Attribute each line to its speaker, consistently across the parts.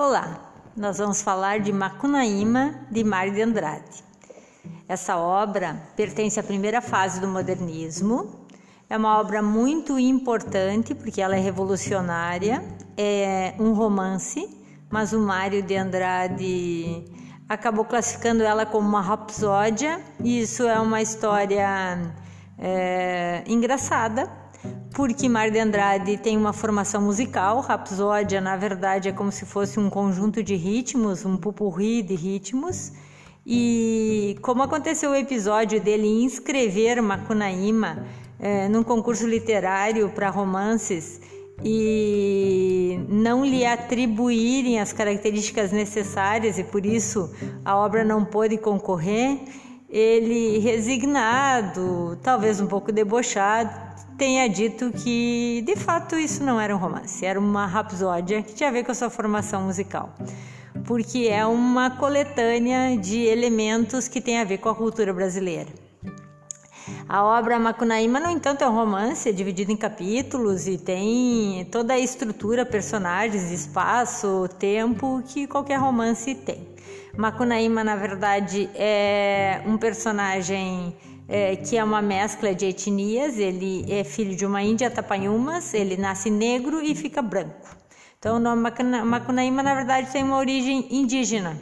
Speaker 1: Olá, nós vamos falar de Macunaíma, de Mário de Andrade. Essa obra pertence à primeira fase do modernismo. É uma obra muito importante porque ela é revolucionária, é um romance, mas o Mário de Andrade acabou classificando ela como uma rapsódia, e isso é uma história engraçada, porque Mário de Andrade tem uma formação musical. Rapsódia, na verdade, é como se fosse um conjunto de ritmos, um popurrí de ritmos. E como aconteceu o episódio dele inscrever Macunaíma num concurso literário para romances e não lhe atribuírem as características necessárias, e por isso a obra não pôde concorrer, ele, resignado, talvez um pouco debochado, tenha dito que de fato isso não era um romance, era uma rapsódia que tinha a ver com a sua formação musical, porque é uma coletânea de elementos que tem a ver com a cultura brasileira. A obra Macunaíma, no entanto, é um romance, é dividido em capítulos e tem toda a estrutura, personagens, espaço, tempo que qualquer romance tem. Macunaíma, na verdade, é um personagem que é uma mescla de etnias. Ele é filho de uma índia Tapanhumas, ele nasce negro e fica branco. Então o nome Macunaíma, na verdade, tem uma origem indígena.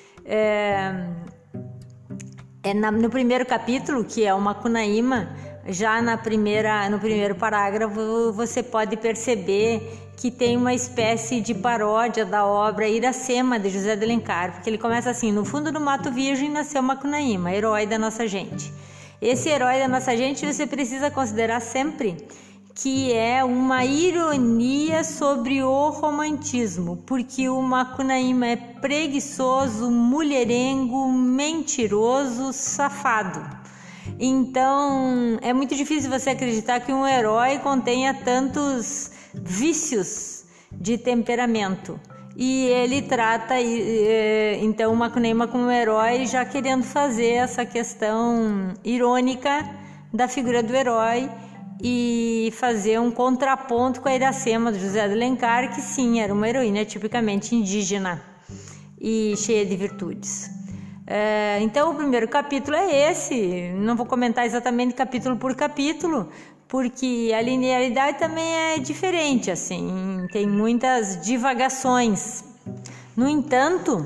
Speaker 1: No primeiro capítulo, que é o Macunaíma, já no primeiro parágrafo, você pode perceber que tem uma espécie de paródia da obra Iracema, de José de Alencar, porque ele começa assim: no fundo do mato virgem nasceu Macunaíma, herói da nossa gente. Esse herói da nossa gente você precisa considerar sempre que é uma ironia sobre o romantismo, porque o Macunaíma é preguiçoso, mulherengo, mentiroso, safado. Então é muito difícil você acreditar que um herói contenha tantos vícios de temperamento. E ele trata então o Macunaíma como um herói, já querendo fazer essa questão irônica da figura do herói e fazer um contraponto com a Iracema, do José de Alencar, que sim, era uma heroína tipicamente indígena e cheia de virtudes. Então o primeiro capítulo é esse. Não vou comentar exatamente capítulo por capítulo, porque a linearidade também é diferente, assim, tem muitas divagações. No entanto,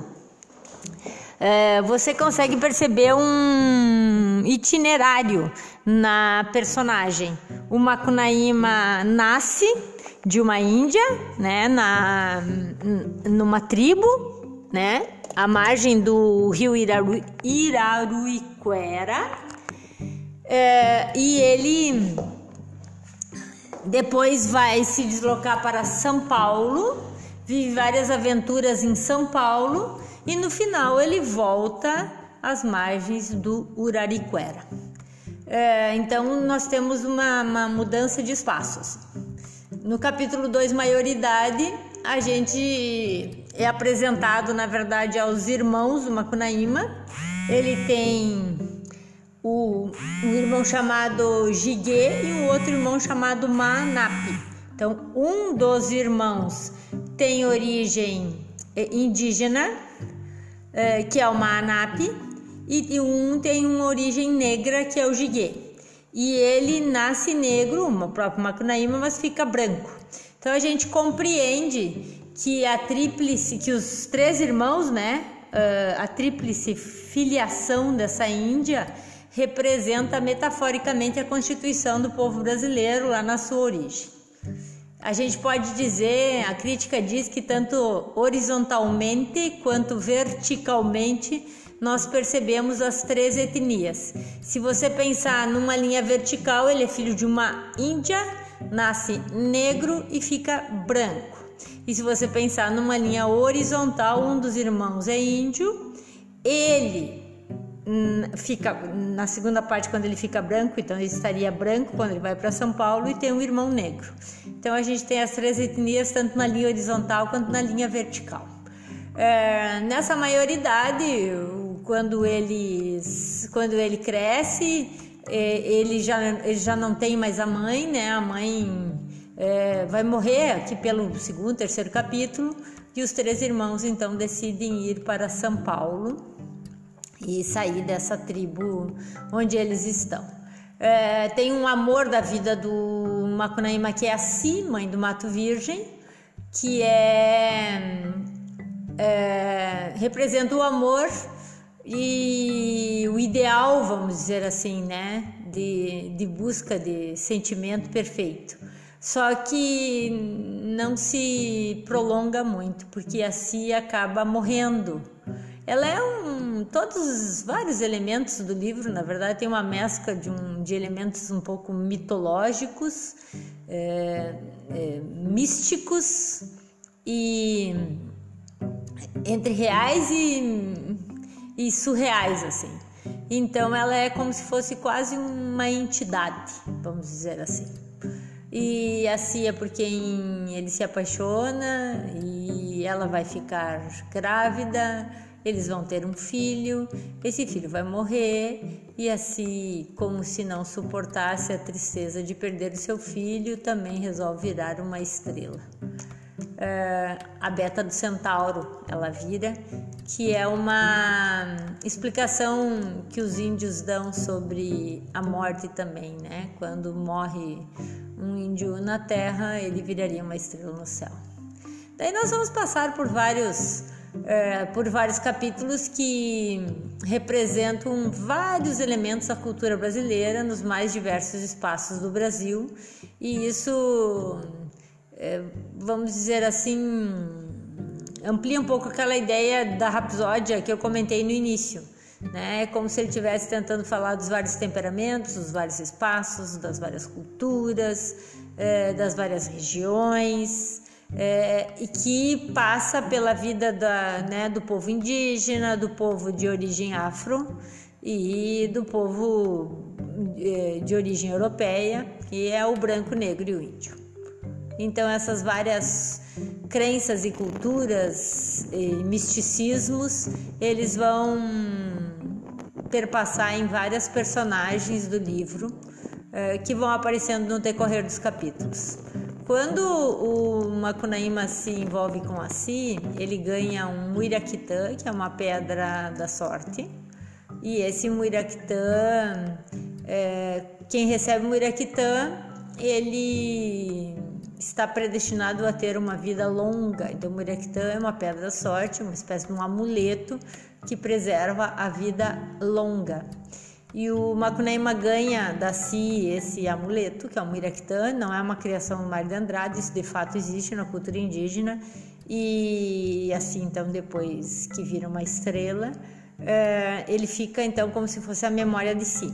Speaker 1: você consegue perceber um itinerário na personagem. O Macunaíma nasce de uma índia, né, numa tribo, né, à margem do rio Iraruiquera, e ele depois vai se deslocar para São Paulo, vive várias aventuras em São Paulo e no final ele volta às margens do Urariquera. Então nós temos uma mudança de espaços. No capítulo 2, Maioridade, a gente é apresentado, na verdade, aos irmãos do Macunaíma. Ele tem um irmão chamado Jiguê e um outro irmão chamado Manapi. Então, um dos irmãos tem origem indígena, que é o Manapi, e um tem uma origem negra, que é o Jiguê. E ele nasce negro, o próprio Macunaíma, mas fica branco. Então a gente compreende que que os três irmãos, né, a tríplice filiação dessa Índia representa metaforicamente a constituição do povo brasileiro lá na sua origem. A gente pode dizer, a crítica diz que tanto horizontalmente quanto verticalmente nós percebemos as três etnias. Se você pensar numa linha vertical, ele é filho de uma índia, nasce negro e fica branco. E se você pensar numa linha horizontal, um dos irmãos é índio, ele fica na segunda parte quando ele fica branco, então ele estaria branco quando ele vai para São Paulo, e tem um irmão negro. Então a gente tem as três etnias tanto na linha horizontal quanto na linha vertical. Nessa maioridade, quando ele cresce, ele já não tem mais a mãe, né? A mãe vai morrer aqui pelo segundo, terceiro capítulo. e os 3 irmãos então decidem ir para São Paulo e sair dessa tribo onde eles estão. Tem um amor da vida do Macunaíma, que é a Si, mãe do Mato Virgem, que representa o amor e o ideal, vamos dizer assim, né, de busca de sentimento perfeito. Só que não se prolonga muito, porque a Si acaba morrendo. Ela é todos os vários elementos do livro, na verdade, tem uma mescla de elementos um pouco mitológicos, místicos e entre reais e surreais, assim. Então ela é como se fosse quase uma entidade, vamos dizer assim. E assim é por quem ele se apaixona e ela vai ficar grávida, eles vão ter um filho, esse filho vai morrer e assim, como se não suportasse a tristeza de perder o seu filho, também resolve virar uma estrela. A Beta do Centauro, ela vira, que é uma explicação que os índios dão sobre a morte também, né? Quando morre um índio na terra, ele viraria uma estrela no céu. Daí nós vamos passar por vários capítulos que representam vários elementos da cultura brasileira nos mais diversos espaços do Brasil, e isso, vamos dizer assim, amplia um pouco aquela ideia da rapsódia que eu comentei no início, né? É como se ele estivesse tentando falar dos vários temperamentos, dos vários espaços, das várias culturas, das várias regiões, e que passa pela vida do povo indígena, do povo de origem afro e do povo de origem europeia, que é o branco, negro e o índio. Então essas várias crenças e culturas e misticismos, eles vão perpassar em várias personagens do livro que vão aparecendo no decorrer dos capítulos. Quando o Macunaíma se envolve com a Si, ele ganha um Muiraquitã, que é uma pedra da sorte, e esse Muiraquitã, quem recebe o Muiraquitã, ele está predestinado a ter uma vida longa. Então o Muiraquitã é uma pedra da sorte, uma espécie de um amuleto que preserva a vida longa. E o Macunaíma ganha da Si esse amuleto, que é o Muiraquitã, não é uma criação do Mário de Andrade, isso de fato existe na cultura indígena, e assim, então, depois que vira uma estrela, ele fica, então, como se fosse a memória de Si.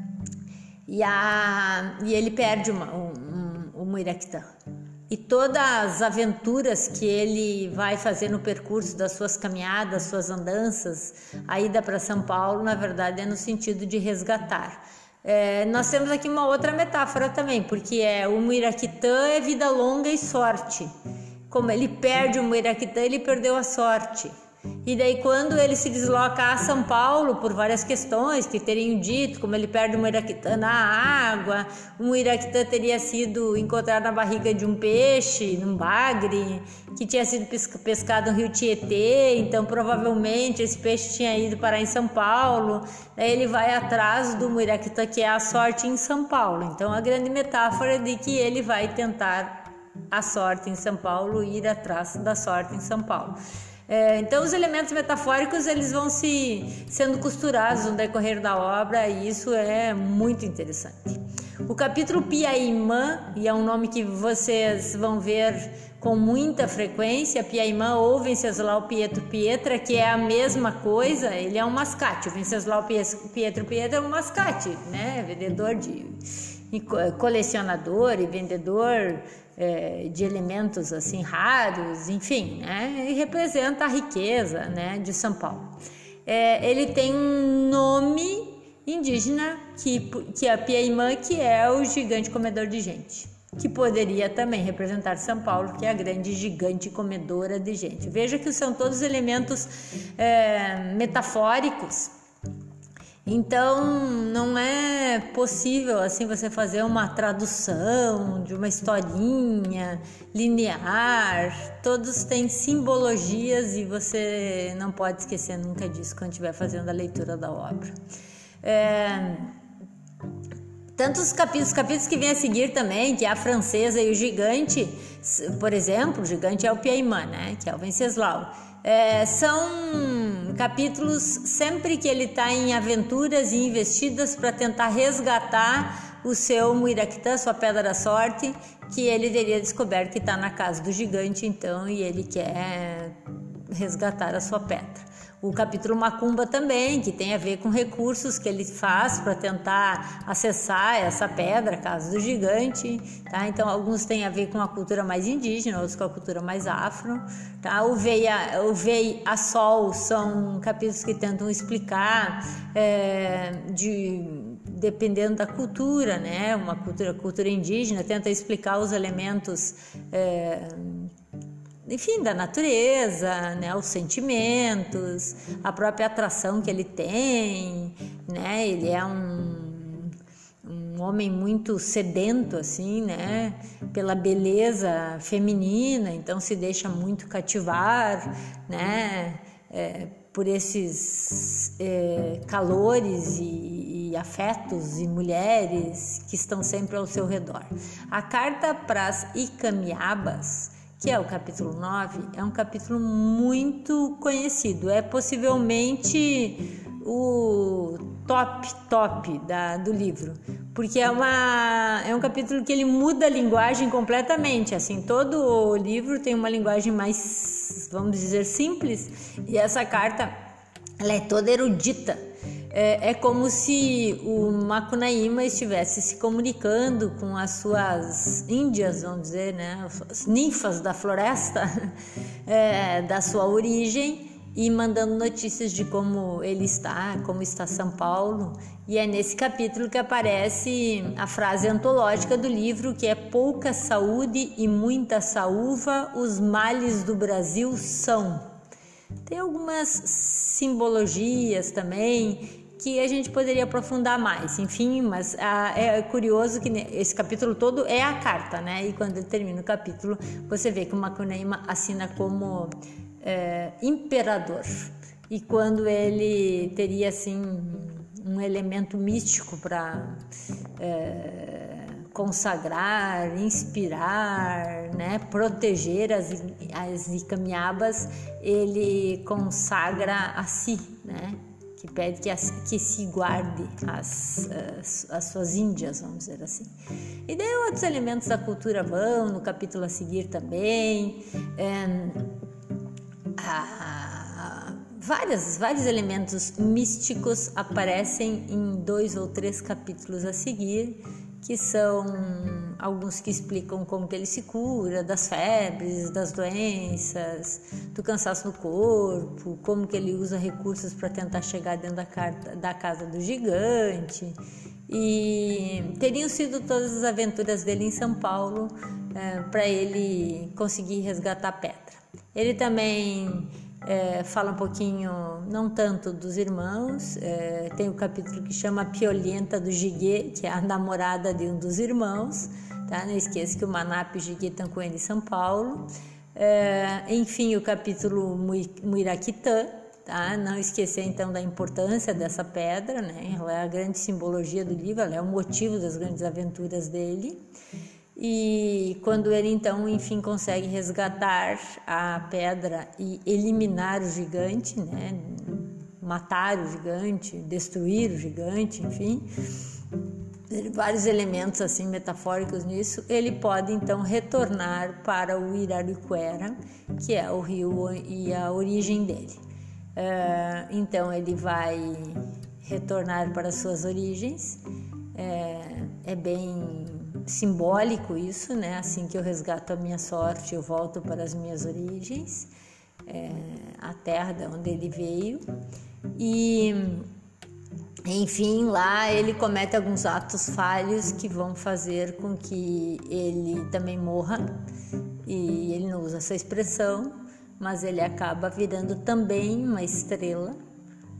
Speaker 1: E ele perde o Muiraquitã. E todas as aventuras que ele vai fazer no percurso das suas caminhadas, suas andanças, a ida para São Paulo, na verdade, é no sentido de resgatar. Nós temos aqui uma outra metáfora também, porque o Muiraquitã é vida longa e sorte. Como ele perde o Muiraquitã, ele perdeu a sorte. E daí quando ele se desloca a São Paulo, por várias questões que teriam dito, como ele perde o Muiraquitã na água, o Muiraquitã teria sido encontrado na barriga de um peixe, num bagre, que tinha sido pescado no rio Tietê, então provavelmente esse peixe tinha ido parar em São Paulo, daí ele vai atrás do Muiraquitã, que é a sorte em São Paulo. Então a grande metáfora de que ele vai tentar a sorte em São Paulo, ir atrás da sorte em São Paulo. Então os elementos metafóricos eles vão sendo costurados no decorrer da obra, e isso é muito interessante. O capítulo Piaimã, e é um nome que vocês vão ver com muita frequência, Piaimã ou Venceslau Pietro Pietra, que é a mesma coisa, ele é um mascate. O Venceslau Pietro Pietra é um mascate, né? Vendedor colecionador e vendedor de elementos assim raros, enfim, né? E representa a riqueza, né, de São Paulo. Ele tem um nome indígena que é a Piaimã, que é o gigante comedor de gente, que poderia também representar São Paulo, que é a grande gigante comedora de gente. Veja que são todos elementos metafóricos Então não é possível assim você fazer uma tradução de uma historinha linear. Todos têm simbologias e você não pode esquecer nunca disso quando estiver fazendo a leitura da obra. Tanto os capítulos que vêm a seguir também, que é a francesa e o gigante, por exemplo, o gigante é o Piaimã, né, que é o Venceslau. São capítulos sempre que ele está em aventuras e investidas para tentar resgatar o seu Muiraquitã, sua pedra da sorte, que ele teria descoberto que está na casa do gigante, então, e ele quer resgatar a sua pedra. O capítulo Macumba também, que tem a ver com recursos que ele faz para tentar acessar essa pedra, a casa do gigante, tá? Então, alguns têm a ver com a cultura mais indígena, outros com a cultura mais afro, tá? O Vei a Sol são capítulos que tentam explicar, dependendo da cultura, né? Uma cultura indígena, tenta explicar os elementos enfim, da natureza, né, os sentimentos, a própria atração que ele tem, né, ele é um homem muito sedento, assim, né, pela beleza feminina, então se deixa muito cativar, né, por esses calores e afetos e mulheres que estão sempre ao seu redor. A carta para as Icamiabas, que é o capítulo 9, é um capítulo muito conhecido, é possivelmente o top do livro, porque é um capítulo que ele muda a linguagem completamente, assim, todo o livro tem uma linguagem mais, vamos dizer, simples, e essa carta, ela é toda erudita. É como se o Macunaíma estivesse se comunicando com as suas índias, vamos dizer, né, as ninfas da floresta, da sua origem, e mandando notícias de como ele está, como está São Paulo. E é nesse capítulo que aparece a frase antológica do livro, que é: pouca saúde e muita saúva, os males do Brasil são. Tem algumas simbologias também que a gente poderia aprofundar mais, enfim, mas é curioso que esse capítulo todo é a carta, né? E quando ele termina o capítulo, você vê que o Macunaíma assina como imperador. E quando ele teria, assim, um elemento místico para consagrar, inspirar, né, proteger as Icamiabas, ele consagra a si, né, que pede que se guarde as suas índias, vamos dizer assim. E daí outros elementos da cultura vão no capítulo a seguir também, vários elementos místicos aparecem em 2 ou 3 capítulos a seguir, que são alguns que explicam como que ele se cura das febres, das doenças, do cansaço no corpo, como que ele usa recursos para tentar chegar dentro da casa do gigante. E teriam sido todas as aventuras dele em São Paulo para ele conseguir resgatar a pedra. Ele também fala um pouquinho, não tanto dos irmãos, tem o capítulo que chama Piolenta do Jiguê, que é a namorada de um dos irmãos, tá? Não esqueça que o Manap e o Jiguê estão com ele em São Paulo. Enfim, o capítulo Muiraquitã, tá? Não esquecer então da importância dessa pedra, né? Ela é a grande simbologia do livro, ela é o motivo das grandes aventuras dele. E quando ele então, enfim, consegue resgatar a pedra e eliminar o gigante, né, matar o gigante, destruir o gigante, enfim, vários elementos assim metafóricos nisso, ele pode então retornar para o Irariquera, que é o rio e a origem dele. Então ele vai retornar para as suas origens. É bem simbólico isso, né? Assim que eu resgato a minha sorte, eu volto para as minhas origens, a terra de onde ele veio. E, enfim, lá ele comete alguns atos falhos que vão fazer com que ele também morra. E ele não usa essa expressão, mas ele acaba virando também uma estrela,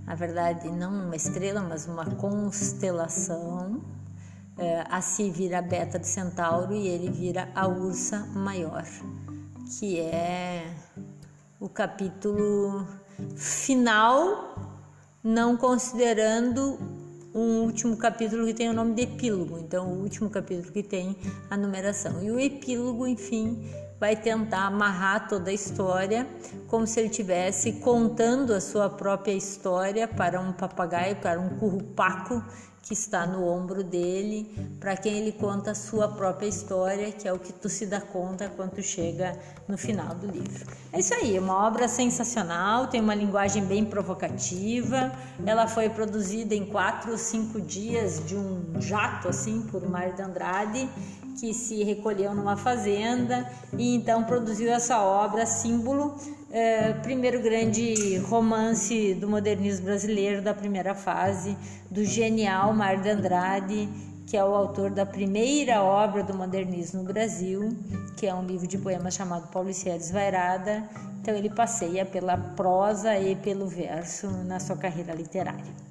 Speaker 1: na verdade não uma estrela, mas uma constelação. A Si vira a Beta de Centauro e ele vira a Ursa Maior, que é o capítulo final, não considerando um último capítulo que tem o nome de epílogo. Então, o último capítulo que tem a numeração. E o epílogo, enfim, vai tentar amarrar toda a história, como se ele estivesse contando a sua própria história para um papagaio, para um currupaco que está no ombro dele, para quem ele conta a sua própria história, que é o que tu se dá conta quando tu chega no final do livro. É isso aí, uma obra sensacional, tem uma linguagem bem provocativa, ela foi produzida em 4 ou 5 dias de um jato, assim, por Mário de Andrade, que se recolheu numa fazenda e então produziu essa obra, símbolo, primeiro grande romance do modernismo brasileiro, da primeira fase, do genial Mário de Andrade, que é o autor da primeira obra do modernismo no Brasil, que é um livro de poemas chamado Paulicéia Desvairada. Então ele passeia pela prosa e pelo verso na sua carreira literária.